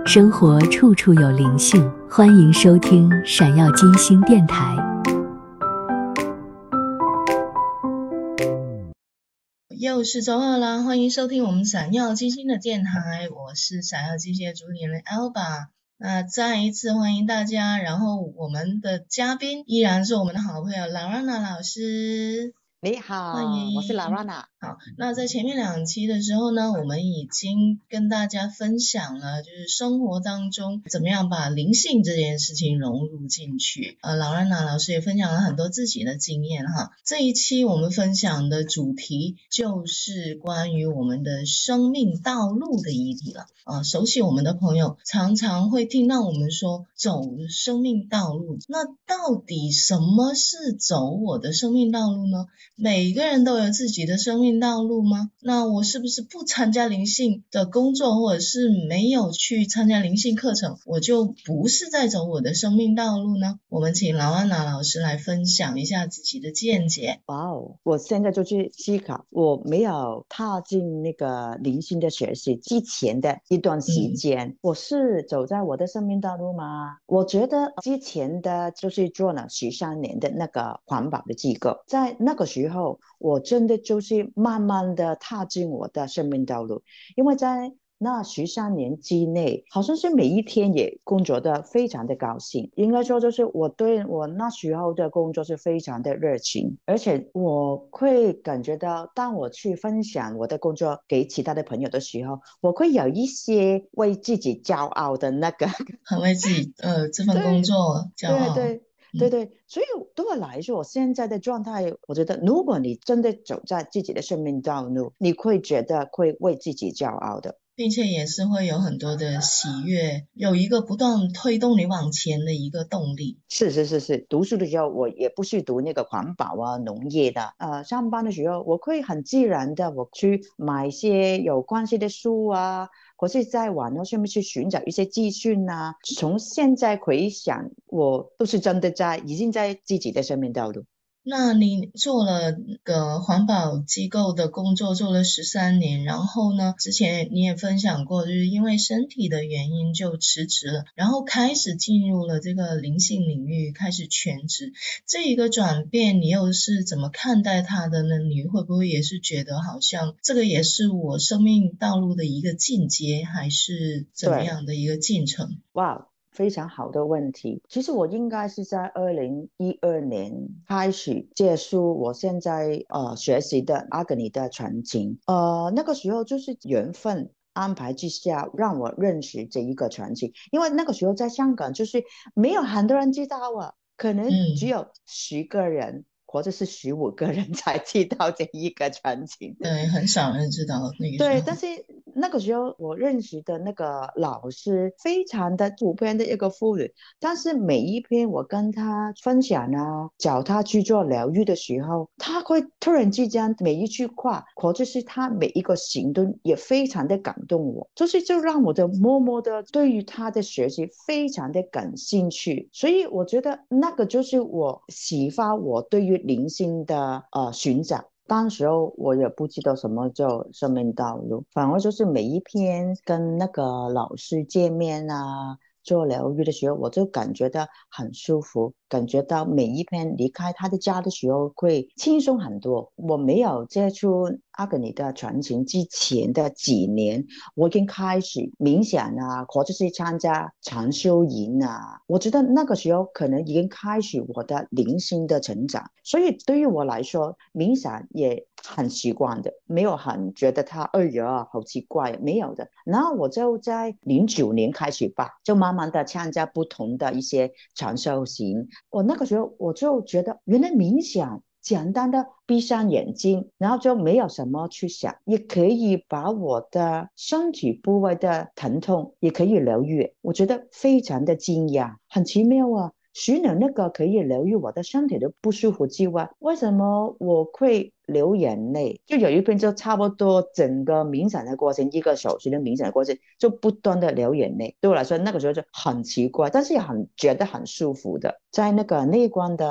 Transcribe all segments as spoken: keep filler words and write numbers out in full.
生活处处有灵性，欢迎收听闪耀金星电台。 又是周二啦，欢迎收听我们闪耀金星的电台，我是闪耀金星的主理人 Alba。那再一次欢迎大家，然后我们的嘉宾依然是我们的好朋友 Larana 老师。 你好， 欢迎， 我是 Larana。 好，那在前面两期的时候呢，我们已经跟大家分享了，就是生活当中怎么样把灵性这件事情融入进去。呃，劳兰娜老师也分享了很多自己的经验哈。这一期我们分享的主题就是关于我们的生命道路的议题了。呃，熟悉我们的朋友常常会听到我们说走生命道路，那到底什么是走我的生命道路呢？每个人都有自己的生命道路吗？那我是不是不参加灵性的工作，或者是没有去参加灵性课程，我就不是在走我的生命道路呢？我们请劳安娜老师来分享一下自己的见解。 哇哦，我现在就去思考，我没有踏进那个灵性的学习之前的一段时间、嗯、我是走在我的生命道路吗？我觉得之前的就是做了十三年的那个环保的机构，在那个时候我真的就是慢慢的踏进我的生命道路，因为在那十三年之内，好像是每一天也工作的非常的高兴，应该说就是我对我那时候的工作是非常的热情，而且我会感觉到当我去分享我的工作给其他的朋友的时候，我会有一些为自己骄傲的那个很为自己呃这份工作骄傲。 对对对对、嗯、所以对我来说，我现在的状态，我觉得如果你真的走在自己的生命道路，你会觉得会为自己骄傲的， 并且也是会有很多的喜悦，有一个不断推动你往前的一个动力。 是是是是，读书的时候我也不是读那个环保啊农业的，呃，上班的时候我会很自然的我去买一些有关系的书啊，或是在网络上面去寻找一些资讯啊，从现在回想，我都是真的在已经在自己的生命道路。 那你做了个环保机构的工作做了十三年，然后呢之前你也分享过，就是因为身体的原因就辞职了，然后开始进入了这个灵性领域，开始全职，这一个转变你又是怎么看待它的呢？你会不会也是觉得好像这个也是我生命道路的一个进阶，还是怎么样的一个进程？ 哇，非常好的问题。其实我应该是在二零一二年开始结束我现在呃学习的阿格尼的传情，呃那个时候就是缘分安排之下让我认识这一个传情，因为那个时候在香港就是没有很多人知道啊，可能只有十个人、嗯或者是十五个人才知道这一个传情， 对，很少人知道那个时候。 对，但是那个时候我认识的那个老师非常的普遍的一个妇女，但是每一篇我跟他分享啊，找他去做疗愈的时候，他会突然之间每一句话或者是他每一个行动也非常的感动我，就是就让我的默默的对于他的学习非常的感兴趣，所以我觉得那个就是我启发我对于灵性的呃寻找。当时候我也不知道什么叫生命道路，反而就是每一篇跟那个老师见面啊做疗愈的时候，我就感觉到很舒服，感觉到每一篇离开他的家的时候会轻松很多。我没有接触阿格尼的传情之前的几年，我已经开始冥想啊，或者是参加禅修营啊，我觉得那个时候可能已经开始我的灵性的成长，所以对于我来说冥想也很习惯的，没有很觉得它哎呀好奇怪，没有的。然后我就在零九年开始吧，就慢慢的参加不同的一些禅修行，我那个时候我就觉得原来冥想简单的闭上眼睛，然后就没有什么去想，也可以把我的身体部位的疼痛也可以疗愈，我觉得非常的惊讶，很奇妙啊。除了那个可以疗愈我的身体的不舒服之外，为什么我会流眼泪？就有一篇就差不多整个冥想的过程，一个小时的冥想的过程就不断的流眼泪，对我来说那个时候就很奇怪，但是也很觉得很舒服的。在那个内观的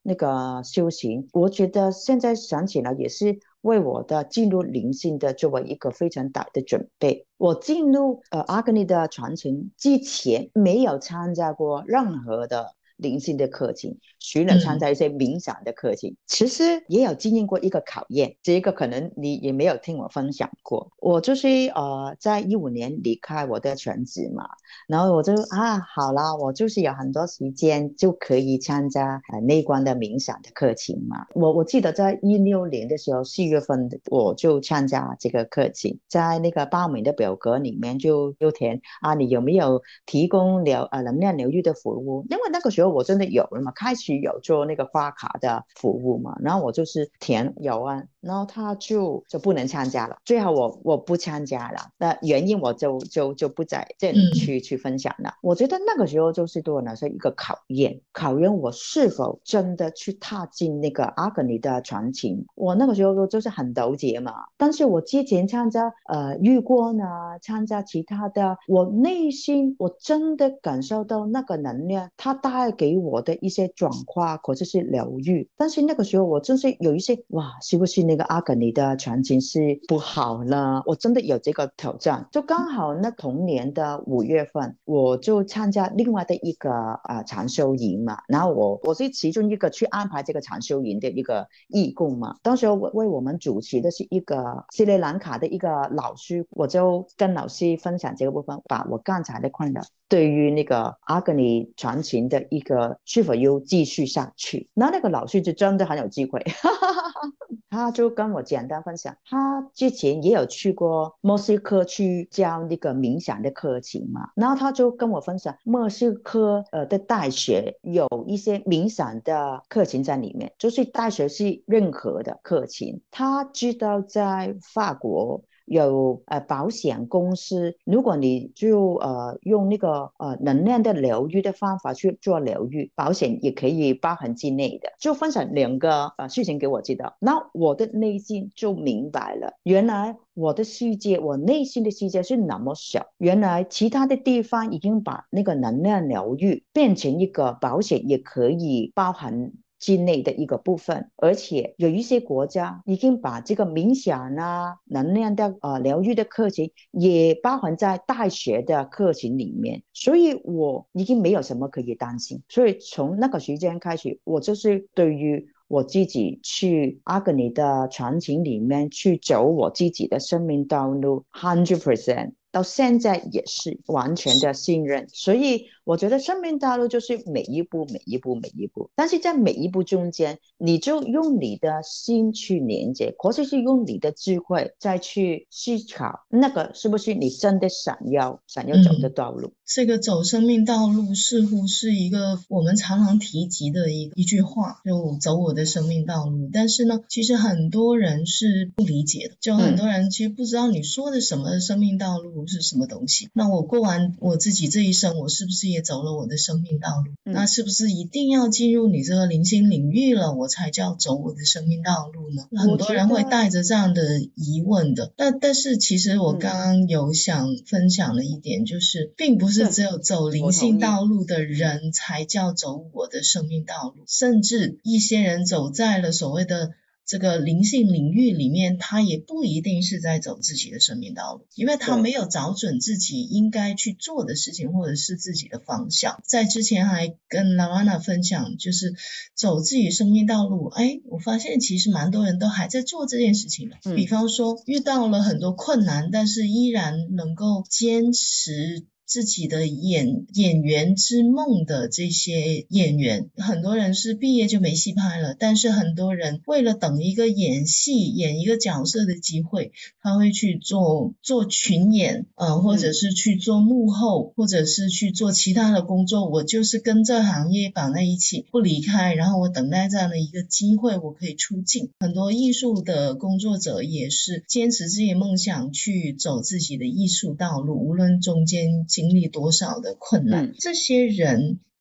那个修行，我觉得现在想起来也是为我的进入灵性的作为一个非常大的准备。我进入呃阿格尼的传承之前，没有参加过任何的灵性的课程，除了参加一些冥想的课程、嗯、其实也有经历过一个考验，这个可能你也没有听我分享过。我就是呃在一五年离开我的全职嘛，然后我就啊好啦，我就是有很多时间就可以参加呃内观的冥想的课程嘛。我我记得在一六年的时候四月份我就参加这个课程，在那个报名的表格里面就就填啊你有没有提供疗呃能量疗愈的服务，因为那个时候我真的有了嘛，开始有做那个花卡的服务嘛，然后我就是填有啊，然后他就就不能参加了，最后我我不参加了，那原因我就就就不在这里去、嗯、去分享了。我觉得那个时候就是对我来说一个考验，考验我是否真的去踏进那个阿格尼的传承。我那个时候就是很纠结嘛，但是我之前参加呃遇过呢，参加其他的，我内心我真的感受到那个能量它带给我的一些转化或者是疗愈。但是那个时候我真是有一些哇，是不是那个阿格尼的传承是不好呢？我真的有这个挑战。就刚好那同年的五月份我就参加另外的一个呃禅修营嘛，然后我我是其中一个去安排这个禅修营的一个义工嘛。当时我为我们主持的是一个斯里兰卡的一个老师，我就跟老师分享这个部分，把我刚才的困扰对于那个阿格尼传承的一个是否又继续下去。那那个老师就真的很有机会他就跟我简单分享，他之前也有去过莫斯科去教那个冥想的课程嘛，然后他就跟我分享莫斯科呃的大学有一些冥想的课程在里面，就是大学是任何的课程。他知道在法国有呃保险公司，如果你就呃用那个呃能量的疗愈的方法去做疗愈，保险也可以包含之内的。就分享两个呃事情给我知道，那我的内心就明白了，原来我的世界，我内心的世界是那么小，原来其他的地方已经把那个能量疗愈变成一个保险也可以包含之内的一个部分，而且有一些国家已经把这个冥想啊能量的呃疗愈的课程也包含在大学的课程里面，所以我已经没有什么可以担心。所以从那个时间开始，我就是对于我自己去阿格尼的传承里面去走我自己的生命道路 百分之百，到现在也是完全的信任。所以我觉得生命道路就是每一步每一步每一步，但是在每一步中间你就用你的心去连接，或者是用你的智慧再去思考那个是不是你真的想要想要走的道路、嗯、 这个走生命道路似乎是一个我们常常提及的一一句话，就走我的生命道路，但是呢其实很多人是不理解的，就很多人其实不知道你说的什么生命道路是什么东西。那我过完我自己这一生，我是不是也走了我的生命道路、嗯、那是不是一定要进入你这个灵性领域了我才叫走我的生命道路呢？很多人会带着这样的疑问的。但但是其实我刚刚有想分享的一点就是、嗯、并不是只有走灵性道路的人才叫走我的生命道路，甚至一些人走在了所谓的这个灵性领域里面，他也不一定是在走自己的生命道路，因为他没有找准自己应该去做的事情或者是自己的方向。在之前还跟 Lorana 分享就是走自己生命道路，哎，我发现其实蛮多人都还在做这件事情的、嗯、比方说遇到了很多困难，但是依然能够坚持自己的演演员之梦的这些演员，很多人是毕业就没戏拍了，但是很多人为了等一个演戏演一个角色的机会，他会去做做群演呃，或者是去做幕后、嗯、或者是去做其他的工作，我就是跟这行业绑在一起不离开，然后我等待这样的一个机会我可以出镜。很多艺术的工作者也是坚持自己的梦想去走自己的艺术道路，无论中间经历多少的困难、嗯、这些人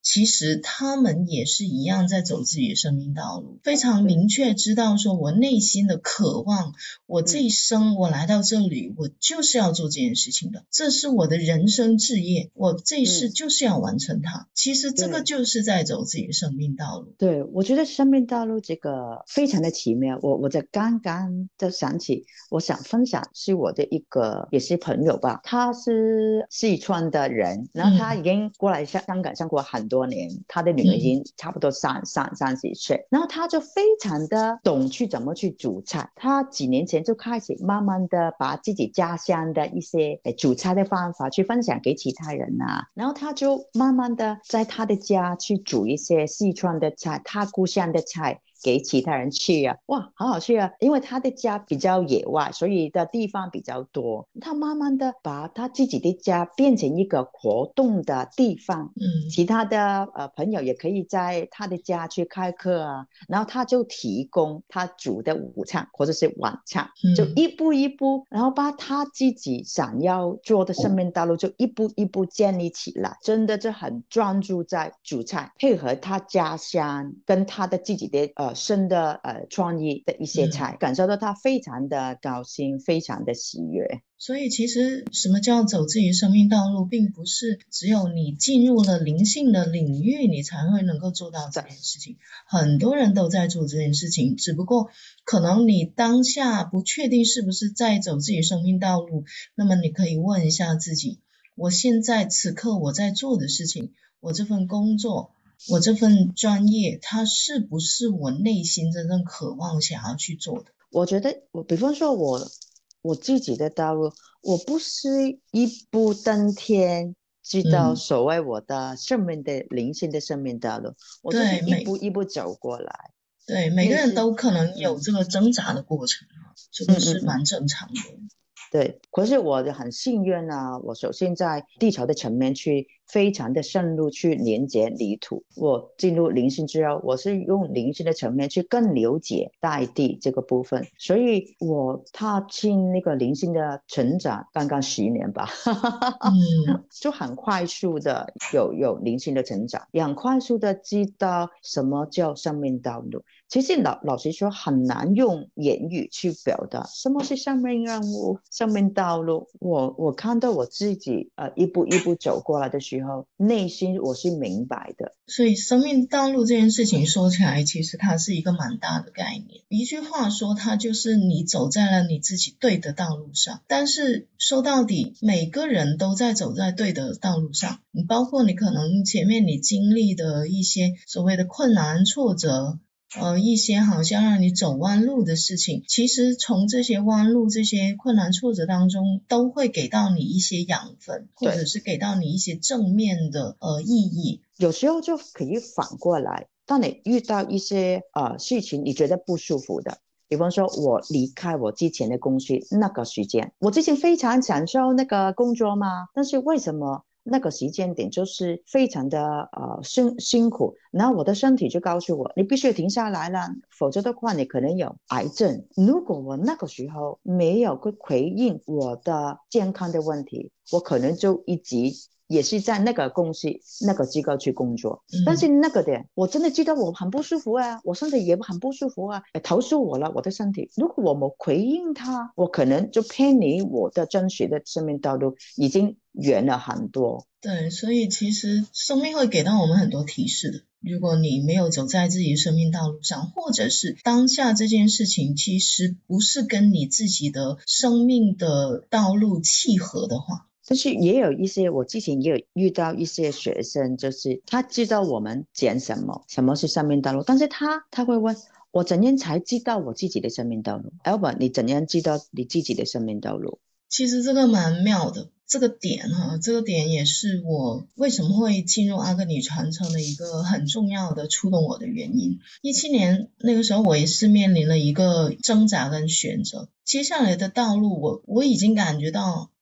其实他们也是一样在走自己的生命道路，非常明确知道说我内心的渴望，我这一生我来到这里，我就是要做这件事情的，这是我的人生志业，我这一世就是要完成它。其实这个就是在走自己的生命道路。 对，我觉得生命道路这个非常的奇妙。我我在刚刚就想起，我想分享是我的一个也是朋友吧，他是四川的人，然后他已经过来香港生活很多年，他的女儿已经差不多三三三十岁，然后他就非常的懂去怎么去煮菜。他几年前就开始慢慢的把自己家乡的一些煮菜的方法去分享给其他人啊，然后他就慢慢的在他的家去煮一些四川的菜，他故乡的菜给其他人吃啊，哇，好好吃啊！因为他的家比较野外，所以的地方比较多。他慢慢的把他自己的家变成一个活动的地方， 嗯， 其他的呃朋友也可以在他的家去开课啊，然后他就提供他煮的午餐或者是晚餐，就一步一步，然后把他自己想要做的生命道路就一步一步建立起来，真的就很专注在煮菜，配合他家乡跟他的自己的呃生的呃创意的一些菜，嗯、感受到他非常的高兴，非常的喜悦。 所以其实什么叫走自己的生命道路，并不是只有你进入了灵性的领域你才会能够做到这件事情，很多人都在做这件事情，只不过可能你当下不确定是不是在走自己的生命道路，那么你可以问一下自己，我现在此刻我在做的事情，我这份工作，我这份专业，它是不是我内心真正渴望想要去做的。 我觉得我比方说我我自己的道路，我不是一步登天知道所谓我的生命的、嗯、灵性的生命道路，我就是一步一步走过来。 对，每个人都可能有这个挣扎的过程、嗯、这个是蛮正常的。嗯嗯嗯对，可是我很幸运啊，我首先在地球的层面去非常的深入去连接泥土，我进入灵性之后，我是用灵性的层面去更了解大地这个部分，所以我踏进那个灵性的成长刚刚十年吧嗯，就很快速的有有灵性的成长，也很快速的知道什么叫生命道路。其实老老实说很难用言语去表达什么是生命任务、生命道路。我我看到我自己呃一步一步走过来的时候，内心我是明白的。 所以生命道路这件事情说起来，其实它是一个蛮大的概念。一句话说，它就是你走在了你自己对的道路上。但是说到底，每个人都在走在对的道路上。你包括你可能前面你经历的一些所谓的困难、挫折。呃，一些好像让你走弯路的事情，其实从这些弯路、这些困难挫折当中，都会给到你一些养分，或者是给到你一些正面的呃意义。 有时候就可以反过来，当你遇到一些呃事情，你觉得不舒服的，比方说我离开我之前的公司那个时间，我之前非常享受那个工作嘛，但是为什么？那个时间点就是非常的呃辛辛苦，然后我的身体就告诉我，你必须停下来了，否则的话你可能有癌症。如果我那个时候没有回应我的健康的问题，我可能就一直也是在那个公司那个机构去工作、嗯、但是那个点我真的知道我很不舒服啊，我身体也很不舒服啊，投诉我了我的身体，如果我没回应它，我可能就偏离我的真实的生命道路，已经远了很多。 对，所以其实生命会给到我们很多提示的。如果你没有走在自己的生命道路上，或者是当下这件事情其实不是跟你自己的生命的道路契合的话， 但是也有一些，我之前也有遇到一些学生，就是他知道我们讲什么，什么是生命道路，但是他他会问我怎样才知道我自己的生命道路 Albert 你怎样知道你自己的生命道路？ 其实这个蛮妙的，这个点哈，这个点也是我为什么会进入阿格尼传承的一个很重要的触动我的原因。一七年那个时候我也是面临了一个挣扎跟选择，接下来的道路我我已经感觉到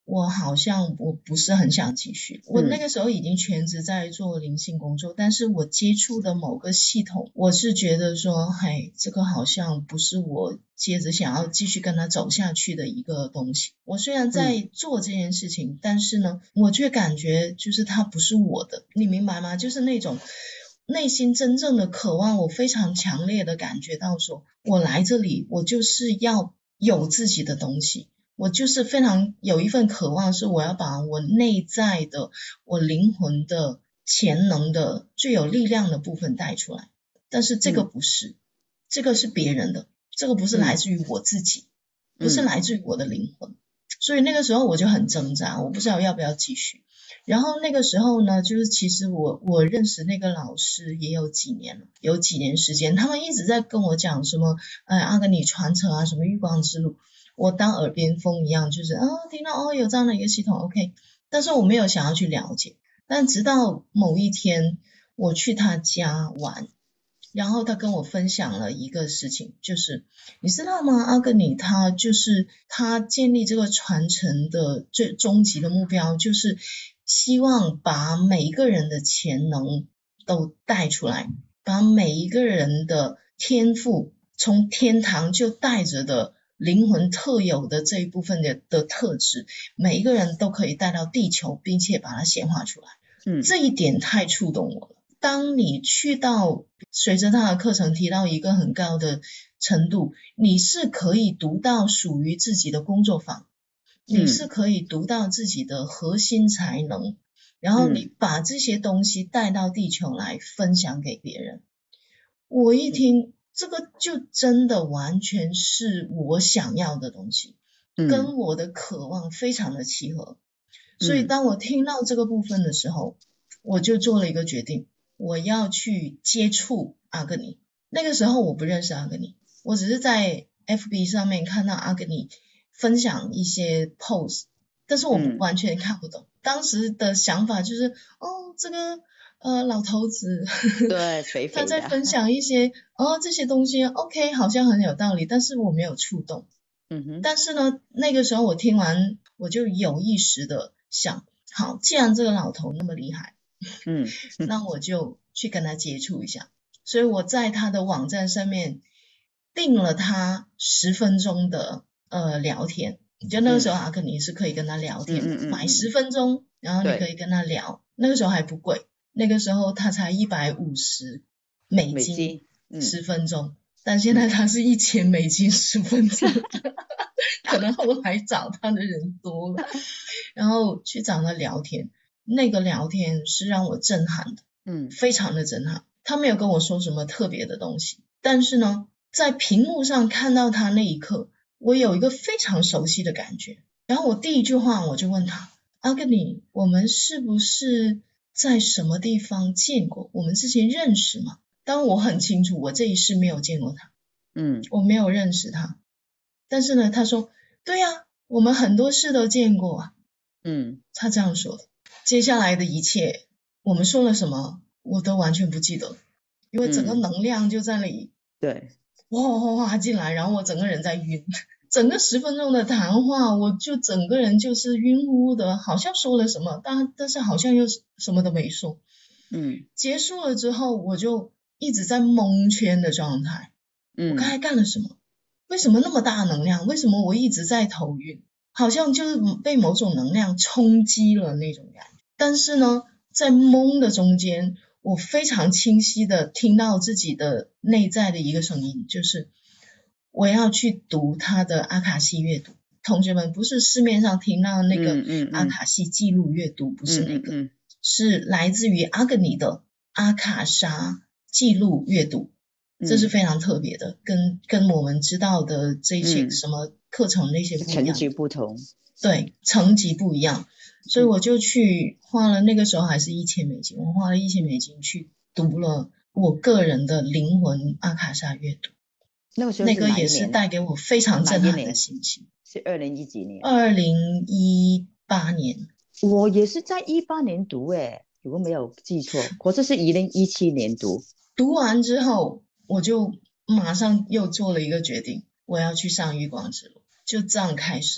我好像我不是很想继续。我那个时候已经全职在做灵性工作，但是我接触的某个系统，我是觉得说，嘿，这个好像不是我接着想要继续跟他走下去的一个东西。我虽然在做这件事情，嗯、但是呢，我却感觉就是它不是我的，你明白吗？就是那种内心真正的渴望，我非常强烈的感觉到说，我来这里，我就是要有自己的东西。我就是非常有一份渴望，是我要把我内在的我灵魂的潜能的最有力量的部分带出来，但是这个不是、嗯、这个是别人的，这个不是来自于我自己、嗯、不是来自于我的灵魂、嗯、所以那个时候我就很挣扎，我不知道要不要继续。然后那个时候呢，就是其实我我认识那个老师也有几年了，有几年时间，他们一直在跟我讲什么呃阿格尼传承啊，什么月光之路，我当耳边风一样，就是啊听到哦有这样的一个系统 OK， 但是我没有想要去了解。但直到某一天我去他家玩，然后他跟我分享了一个事情，就是你知道吗，阿格尼他就是他建立这个传承的最终极的目标，就是希望把每一个人的潜能都带出来，把每一个人的天赋从天堂就带着的灵魂特有的这一部分 的, 的特质，每一个人都可以带到地球，并且把它显化出来。嗯，这一点太触动我了。当你去到随着他的课程提到一个很高的程度，你是可以读到属于自己的工作坊，你是可以读到自己的核心才能、嗯、然后你把这些东西带到地球来分享给别人。我一听这个就真的完全是我想要的东西、嗯、跟我的渴望非常的契合。所以当我听到这个部分的时候、嗯、我就做了一个决定，我要去接触阿格尼。那个时候我不认识阿格尼，我只是在 F B 上面看到阿格尼分享一些 post， 但是我完全看不懂、嗯、当时的想法就是哦这个呃老头子对肥肥的他在分享一些哦这些东西 OK 好像很有道理，但是我没有触动。嗯哼，但是呢那个时候我听完我就有意识的想，好，既然这个老头那么厉害，嗯，那我就去跟他接触一下。所以我在他的网站上面定了他十分钟的呃聊天，就那个时候阿格尼是可以跟他聊天的、嗯、买十分钟，然后你可以跟他聊，那个时候还不贵，那个时候他才一百五十美金十分钟、嗯、但现在他是一千美金十分钟可能后来找他的人多了，然后去找他聊天，那个聊天是让我震撼的，嗯，非常的震撼。他没有跟我说什么特别的东西，但是呢在屏幕上看到他那一刻，我有一个非常熟悉的感觉。然后我第一句话我就问他，阿格尼，我们是不是在什么地方见过？我们之前认识吗？当我很清楚我这一世没有见过他，嗯，我没有认识他，但是呢他说对呀、啊，我们很多事都见过啊，嗯，他这样说的。接下来的一切我们说了什么我都完全不记得，因为整个能量就在那里、嗯、对，哇哇哇进来，然后我整个人在晕，整个十分钟的谈话我就整个人就是晕乎乎的，好像说了什么，但但是好像又什么都没说。嗯，结束了之后我就一直在蒙圈的状态，嗯，我刚才干了什么？为什么那么大能量？为什么我一直在头晕？好像就是被某种能量冲击了那种感觉。但是呢在懵的中间，我非常清晰的听到自己的内在的一个声音，就是我要去读他的阿卡西阅读。同学们，不是市面上听到那个阿卡西记录阅读，不是那个，嗯嗯嗯，是来自于阿格尼的阿卡莎记录阅读，这是非常特别的，跟跟我们知道的这些什么课程那些不一样， 层级不同， 对，层级不一样。所以我就去花了，那个时候还是一千美金，我花了一千美金去读了我个人的灵魂阿卡莎阅读。 那个时候那个也是带给我非常震撼的心情。 是二零一几年？ 二零一八年。 我也是在一八年读诶，如果没有记错，可是是二零一七年读。 读完之后我就马上又做了一个决定，我要去上月光之路，就这样开始了。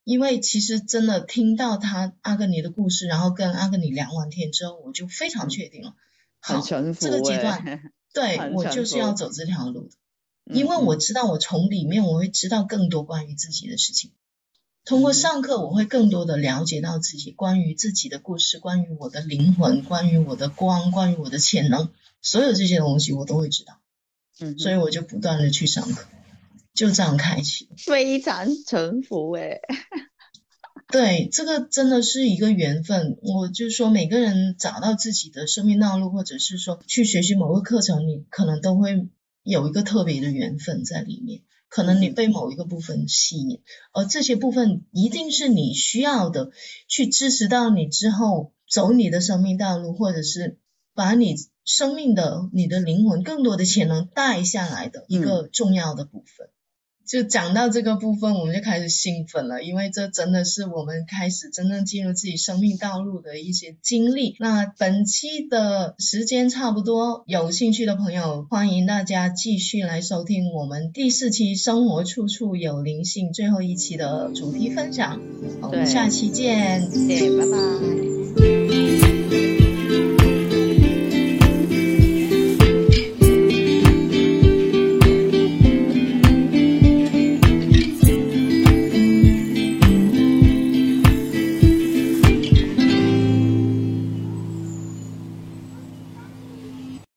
因为其实真的听到他阿根尼的故事，然后跟阿根尼聊完天之后，我就非常确定了，好， 很臣服这个阶段欸对很臣我就是要服走这条路的， 嗯因为我嗯知道我从里面我会知道更多关于自己的事情。通过嗯哼上课，我会更多的了解到自己，关于自己的故事，关于我的灵魂，关于我的光，关于我的潜能，所有这些东西我都会知道， 嗯哼所以我就不断的去上课，就这样开启。 非常臣服诶。 对，这个真的是一个缘分。我就说每个人找到自己的生命道路，或者是说去学习某个课程，你可能都会有一个特别的缘分在里面。可能你被某一个部分吸引，而这些部分一定是你需要的，去支持到你之后走你的生命道路，或者是把你生命的、你的灵魂更多的潜能带下来的一个重要的部分。就讲到这个部分，我们就开始兴奋了，因为这真的是我们开始真正进入自己生命道路的一些经历。那本期的时间差不多，有兴趣的朋友欢迎大家继续来收听我们第四期生活处处有灵性最后一期的主题分享。我们对下期见。 对，拜拜。